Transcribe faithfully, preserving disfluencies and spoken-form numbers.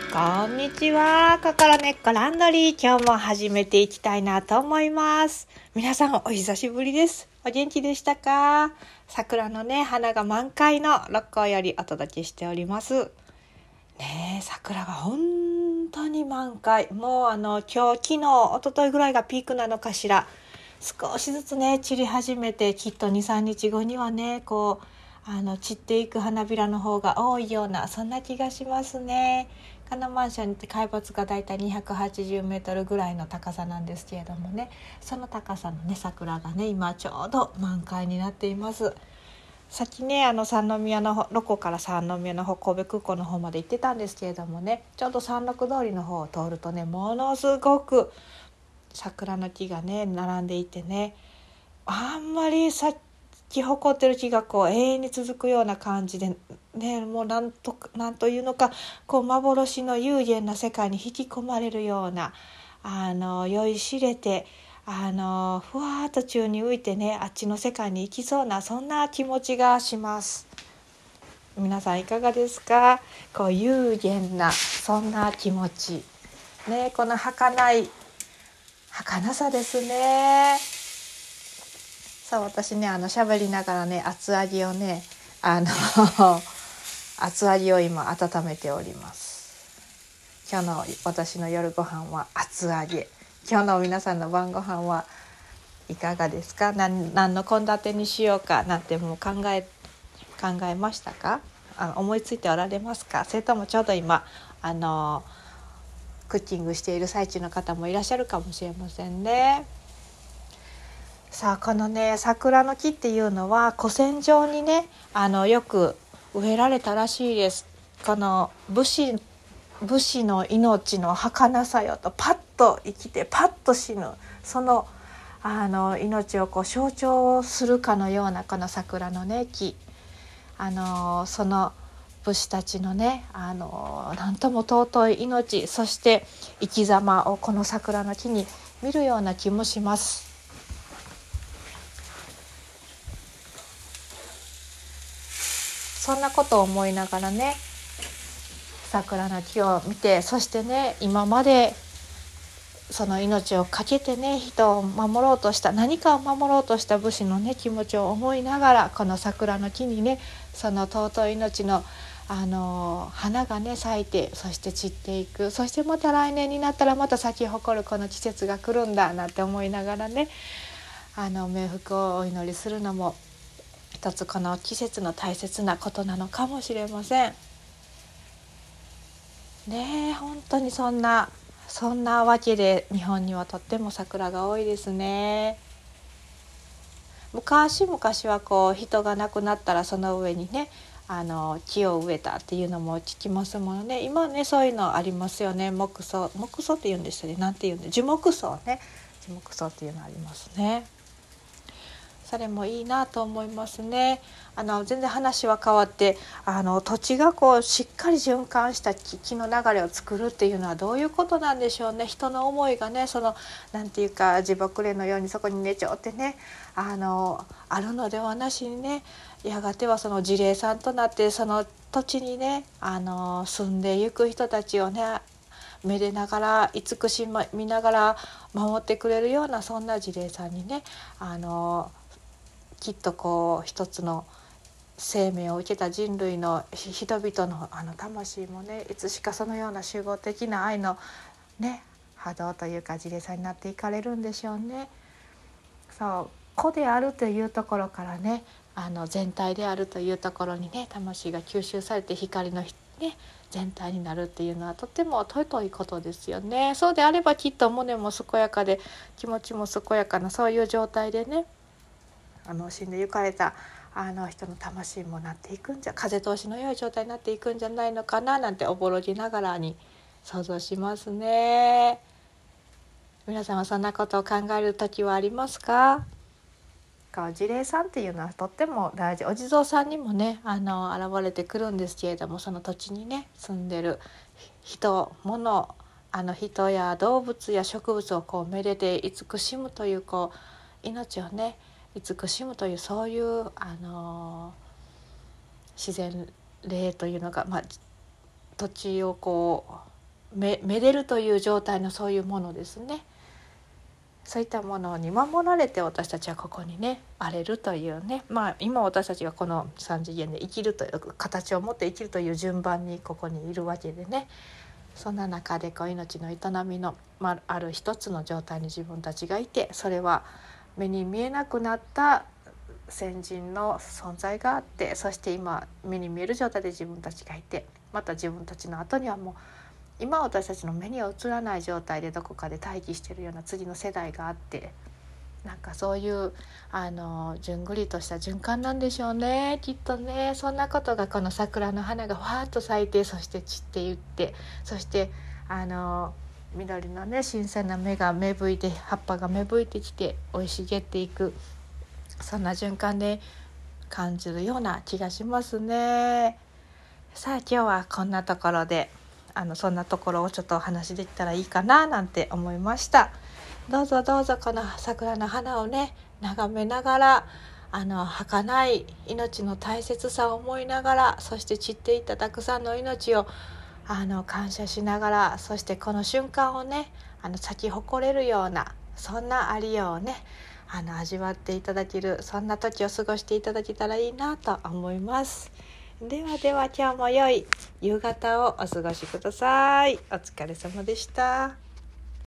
こんにちは。心根っこランドリー。今日も始めていきたいなと思います。皆さんお久しぶりです。お元気でしたか？桜のね、花が満開の六甲よりお届けしております。ねえ、桜が本当に満開。もうあの、今日、昨日、一昨日ぐらいがピークなのかしら。少しずつね、散り始めて、きっとに、さんにちごにはね、こう、あの散っていく花びらの方が多いような、そんな気がしますね。このマンションって海抜がだいたいにひゃくはちじゅうメートルぐらいの高さなんですけれどもね、その高さのね桜がね今ちょうど満開になっています。さっきねあの三宮のロコから三宮の方神戸空港の方まで行ってたんですけれどもね、ちょうど三六通りの方を通るとねものすごく桜の木がね並んでいてね、あんまり咲き誇ってる木がこう永遠に続くような感じでね、もうなんとなんというのかこう幻の幽玄な世界に引き込まれるような、あの酔いしれてあのふわーっと宙に浮いてねあっちの世界に行きそうな、そんな気持ちがします。皆さんいかがですか？こう幽玄なそんな気持ちね、この儚い儚さですね。さあ私ねあの喋りながらね厚揚げをねあの厚揚げを今温めております。今日の私の夜ご飯は厚揚げ。今日の皆さんの晩ご飯はいかがですか？何、何の献立にしようかなんてもう考え考えましたか？あの思いついておられますか？それともちょうど今あのクッキングしている最中の方もいらっしゃるかもしれませんね。さあこのね桜の木っていうのは古戦場にねあのよく植えられたらしいです。この武士武士の命の儚さよと、パッと生きてパッと死ぬ、そのあの命をこう象徴するかのようなこの桜のね木、あのその武士たちのねあのなんとも尊い命、そして生き様をこの桜の木に見るような気もします。そんなことを思いながらね桜の木を見て、そしてね今までその命を懸けてね人を守ろうとした、何かを守ろうとした武士のね気持ちを思いながら、この桜の木にねその尊い命のあの花がね咲いて、そして散っていく、そしてまた来年になったらまた咲き誇るこの季節が来るんだなんて思いながらね、あの冥福をお祈りするのも一つこの季節の大切なことなのかもしれませんね。え本当にそんなそんなわけで日本にはとっても桜が多いですね。昔々はこう人が亡くなったらその上にねあの木を植えたっていうのも聞きますものね。今ねそういうのありますよね。木葬木葬って言うんでしたね。なんて言うんで樹木葬ね、樹木葬っていうのありますね。それもいいなと思いますね。あの全然話は変わって、あの土地がこうしっかり循環した木、木の流れを作るっていうのはどういうことなんでしょうね。人の思いがねそのなんていうか地獄霊のようにそこにねちょってねあのあるのではなしにね、やがてはその地霊さんとなってその土地にねあの住んでゆく人たちをねめでながら慈しみながら守ってくれるような、そんな地霊さんにねあのきっとこう一つの生命を受けた人類の人々のあの魂もねいつしかそのような集合的な愛のね波動というか地霊さんになっていかれるんでしょうね。そう個であるというところからねあの全体であるというところにね魂が吸収されて光のね全体になるっていうのはとても尊いことですよね。そうであればきっと胸も健やかで気持ちも健やかなそういう状態でねあの死んでゆかれたあの人の魂もなっていくんじゃ、風通しの良い状態になっていくんじゃないのかななんておぼろげながらに想像しますね。皆さんはそんなことを考える時はありますか？地霊さんっていうのはとっても大事。お地蔵さんにもねあの現れてくるんですけれども、その土地にね住んでる人物、あの人や動物や植物をこうめでて慈しむという、こう命をね慈しむというそういうあの自然霊というのが、まあ、土地をこめめでるという状態のそういうものですね。そういったものに守られて私たちはここにねあれるというね、まあ今私たちがこの三次元で生きるという形を持って生きるという順番にここにいるわけでね、そんな中でこう命の営みの、まあ、ある一つの状態に自分たちがいて、それは目に見えなくなった先人の存在があって、そして今目に見える状態で自分たちがいて、また自分たちの後にはもう今私たちの目には映らない状態でどこかで待機しているような次の世代があって、なんかそういうあのじゅんぐりとした循環なんでしょうね、きっとね。そんなことがこの桜の花がファーッと咲いて、そして散っていって、そしてあの緑のね新鮮な芽が芽吹いて、葉っぱが芽吹いてきて生い茂っていく、そんな循環で感じるような気がしますね。さあ今日はこんなところで、あのそんなところをちょっとお話できたらいいかななんて思いました。どうぞどうぞこの桜の花をね眺めながら、あの儚い命の大切さを思いながら、そして散っていったたくさんの命をあの感謝しながら、そしてこの瞬間をねあの咲き誇れるような、そんなありようをねあの味わっていただける、そんな時を過ごしていただけたらいいなと思います。ではでは今日も良い夕方をお過ごしください。お疲れ様でした。